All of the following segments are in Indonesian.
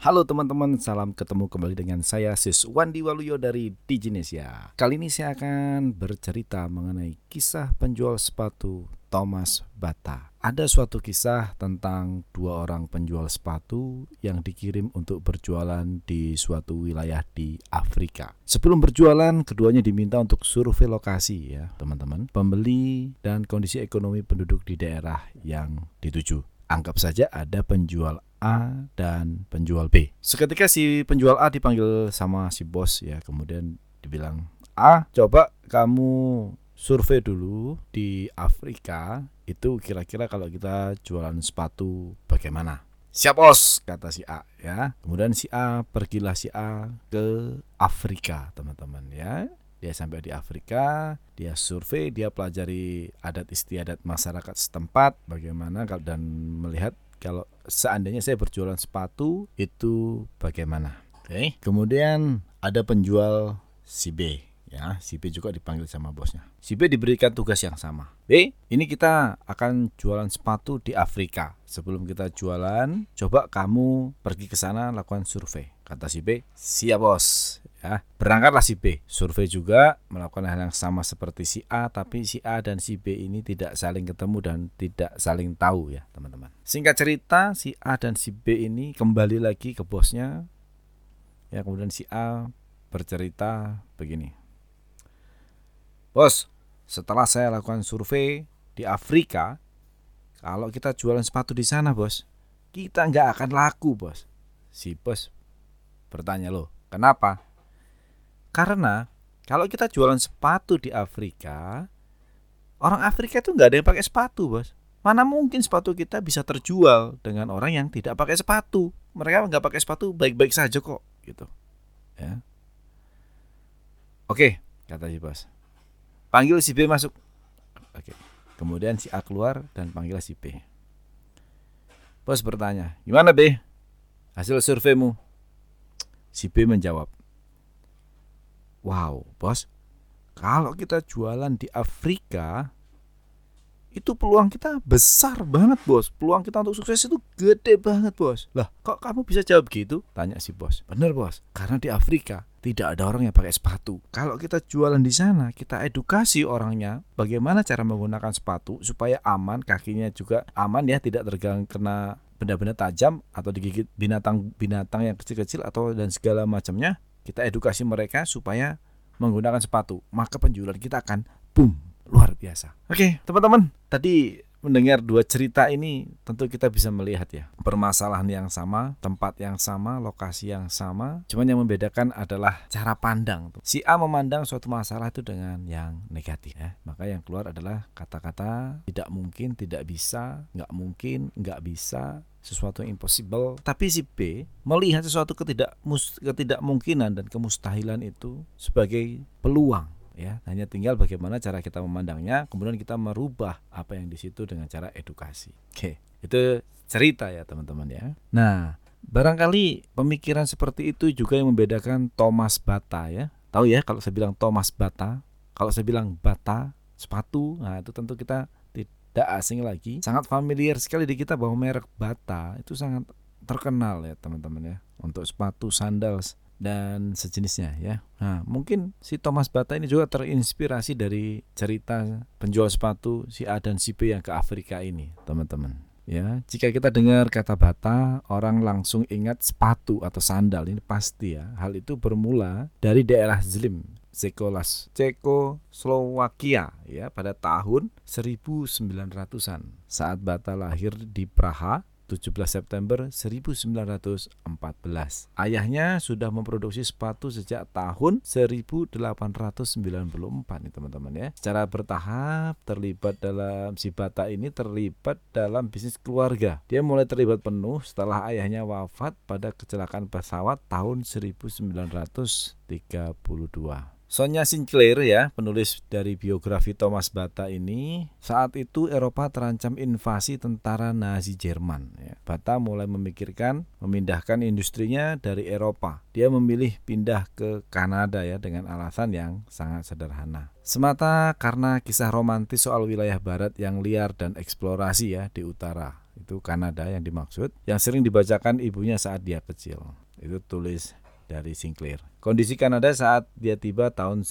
Halo teman-teman, salam ketemu kembali dengan saya Sis Wandi Waluyo dari Diginesia. Kali ini saya akan bercerita mengenai kisah penjual sepatu Thomas Bata. Ada suatu kisah tentang dua orang penjual sepatu yang dikirim untuk berjualan di suatu wilayah di Afrika. Sebelum berjualan, keduanya diminta untuk survei lokasi ya teman-teman, pembeli dan kondisi ekonomi penduduk di daerah yang dituju. Anggap saja ada penjual A dan penjual B. Seketika si penjual A dipanggil sama si bos ya, kemudian dibilang, "A, coba kamu survei dulu di Afrika, itu kira-kira kalau kita jualan sepatu bagaimana?" "Siap bos," kata si A ya. Kemudian pergilah si A ke Afrika, teman-teman ya. Dia sampai di Afrika, dia survei, dia pelajari adat istiadat masyarakat setempat, bagaimana dan melihat kalau seandainya saya berjualan sepatu itu bagaimana. Oke. Kemudian ada penjual si B ya, si B juga dipanggil sama bosnya. Si B diberikan tugas yang sama. "B, ini kita akan jualan sepatu di Afrika. Sebelum kita jualan, coba kamu pergi ke sana lakukan survei." Kata si B, "Siap bos." Ya, berangkatlah si B. Survei juga melakukan hal yang sama seperti si A, tapi si A dan si B ini tidak saling ketemu dan tidak saling tahu ya teman-teman. Singkat cerita, si A dan si B ini kembali lagi ke bosnya. Ya, kemudian si A bercerita begini. "Bos, setelah saya lakukan survei di Afrika, kalau kita jualan sepatu di sana bos, kita nggak akan laku bos." Si bos bertanya, "Loh, kenapa?" "Karena kalau kita jualan sepatu di Afrika, orang Afrika itu nggak ada yang pakai sepatu bos. Mana mungkin sepatu kita bisa terjual dengan orang yang tidak pakai sepatu. Mereka nggak pakai sepatu baik-baik saja kok." Gitu ya. "Oke," kata si bos, "panggil si B masuk." Oke. Kemudian si A keluar dan panggil si B. Bos bertanya, "Gimana B? Hasil surveimu?" Si B menjawab, "Wow bos, kalau kita jualan di Afrika, itu peluang kita besar banget bos. Peluang kita untuk sukses itu gede banget bos." "Lah, kok kamu bisa jawab gitu?" tanya si bos. "Bener bos, karena di Afrika tidak ada orang yang pakai sepatu. Kalau kita jualan di sana, kita edukasi orangnya bagaimana cara menggunakan sepatu supaya aman, kakinya juga aman ya, tidak kena benda-benda tajam atau digigit binatang-binatang yang kecil-kecil atau dan segala macamnya. Kita edukasi mereka supaya menggunakan sepatu, maka penjualan kita akan boom, luar biasa." Oke, teman-teman, tadi mendengar dua cerita ini tentu kita bisa melihat ya, permasalahan yang sama, tempat yang sama, lokasi yang sama, cuman yang membedakan adalah cara pandang. Si A memandang suatu masalah itu dengan yang negatif ya, maka yang keluar adalah kata-kata tidak mungkin, tidak bisa, nggak mungkin, nggak bisa, sesuatu yang impossible. Tapi si B melihat sesuatu ketidakmungkinan dan kemustahilan itu sebagai peluang ya, hanya tinggal bagaimana cara kita memandangnya, kemudian kita merubah apa yang di situ dengan cara edukasi. Oke, itu cerita ya teman-teman ya. Nah, barangkali pemikiran seperti itu juga yang membedakan Thomas Bata ya. Tahu ya kalau saya bilang Thomas Bata, kalau saya bilang Bata sepatu, nah itu tentu kita tidak asing lagi, sangat familiar sekali di kita bahwa merek Bata itu sangat terkenal ya teman-teman ya, untuk sepatu, sandals dan sejenisnya ya. Nah, mungkin si Thomas Bata ini juga terinspirasi dari cerita penjual sepatu si A dan si B yang ke Afrika ini, teman-teman. Ya, jika kita dengar kata Bata, orang langsung ingat sepatu atau sandal, ini pasti ya. Hal itu bermula dari daerah Zlim, Cekoslowakia ya, pada tahun 1900-an saat Bata lahir di Praha 17 September 1914. Ayahnya sudah memproduksi sepatu sejak tahun 1894 nih teman-teman ya. Secara bertahap si Bata ini terlibat dalam bisnis keluarga. Dia mulai terlibat penuh setelah ayahnya wafat pada kecelakaan pesawat tahun 1932. Sonia Sinclair ya, penulis dari biografi Thomas Bata ini, saat itu Eropa terancam invasi tentara Nazi Jerman ya. Bata mulai memindahkan industrinya dari Eropa. Dia memilih pindah ke Kanada ya dengan alasan yang sangat sederhana. Semata karena kisah romantis soal wilayah barat yang liar dan eksplorasi ya di utara. Itu Kanada yang dimaksud, yang sering dibacakan ibunya saat dia kecil. Itu tulis dari Sinclair. Kondisi Kanada saat dia tiba tahun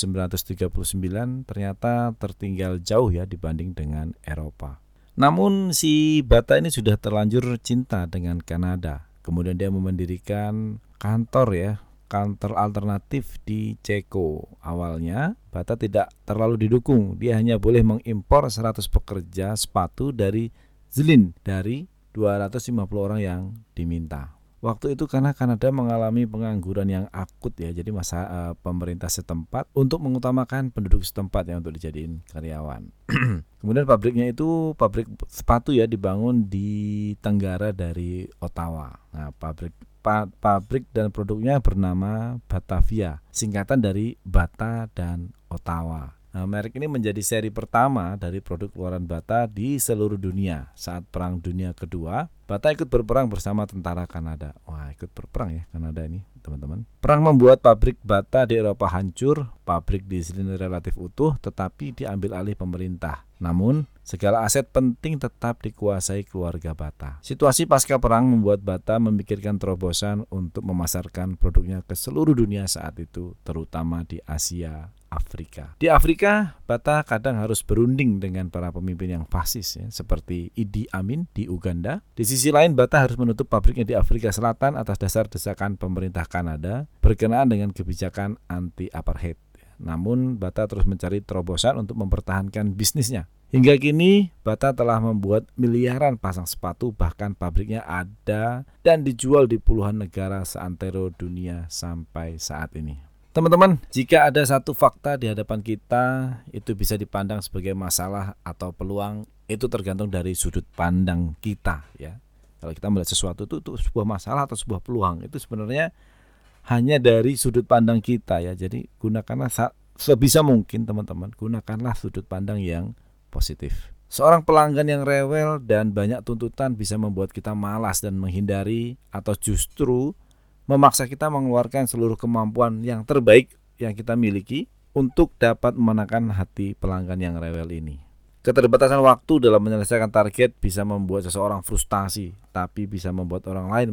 1939 ternyata tertinggal jauh ya dibanding dengan Eropa. Namun si Bata ini sudah terlanjur cinta dengan Kanada. Kemudian dia mendirikan kantor alternatif di Ceko. Awalnya Bata tidak terlalu didukung. Dia hanya boleh mengimpor 100 pekerja sepatu dari Zlin dari 250 orang yang diminta. Waktu itu karena Kanada mengalami pengangguran yang akut ya, jadi pemerintah setempat untuk mengutamakan penduduk setempat ya untuk dijadiin karyawan. Kemudian pabriknya itu pabrik sepatu ya dibangun di tenggara dari Ottawa. Nah, pabrik dan produknya bernama Batavia, singkatan dari Bata dan Ottawa. Nah, merek ini menjadi seri pertama dari produk keluaran Bata di seluruh dunia. Saat Perang Dunia Kedua, Bata ikut berperang bersama tentara Kanada. Wah, ikut berperang ya Kanada ini, teman-teman. Perang membuat pabrik Bata di Eropa hancur, pabrik di sini relatif utuh, tetapi diambil alih pemerintah. Namun, segala aset penting tetap dikuasai keluarga Bata. Situasi pasca perang membuat Bata memikirkan terobosan untuk memasarkan produknya ke seluruh dunia saat itu, terutama di Asia, Afrika. Di Afrika, Bata kadang harus berunding dengan para pemimpin yang fasis ya, seperti Idi Amin di Uganda. Di sisi lain, Bata harus menutup pabriknya di Afrika Selatan atas dasar desakan pemerintah Kanada berkenaan dengan kebijakan anti-apartheid. Namun, Bata terus mencari terobosan untuk mempertahankan bisnisnya. Hingga kini, Bata telah membuat miliaran pasang sepatu, bahkan pabriknya ada dan dijual di puluhan negara seantero dunia sampai saat ini. Teman-teman, jika ada satu fakta di hadapan kita, itu bisa dipandang sebagai masalah atau peluang, itu tergantung dari sudut pandang kita ya. Kalau kita melihat sesuatu itu sebuah masalah atau sebuah peluang, itu sebenarnya hanya dari sudut pandang kita ya. Jadi gunakanlah sebisa mungkin teman-teman, gunakanlah sudut pandang yang positif. Seorang pelanggan yang rewel dan banyak tuntutan bisa membuat kita malas dan menghindari atau justru memaksa kita mengeluarkan seluruh kemampuan yang terbaik yang kita miliki untuk dapat memenangkan hati pelanggan yang rewel ini. Keterbatasan waktu dalam menyelesaikan target bisa membuat seseorang frustasi, tapi bisa membuat orang lain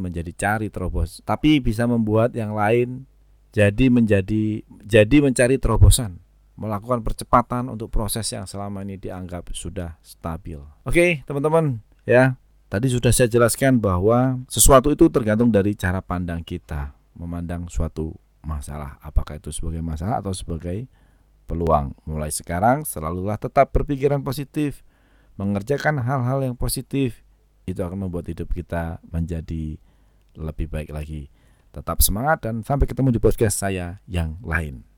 bisa membuat yang lain jadi mencari terobosan, melakukan percepatan untuk proses yang selama ini dianggap sudah stabil. Oke, teman-teman, ya. Tadi sudah saya jelaskan bahwa sesuatu itu tergantung dari cara pandang kita memandang suatu masalah, apakah itu sebagai masalah atau sebagai peluang. Mulai sekarang selalulah tetap berpikiran positif, mengerjakan hal-hal yang positif. Itu akan membuat hidup kita menjadi lebih baik lagi. Tetap semangat dan sampai ketemu di podcast saya yang lain.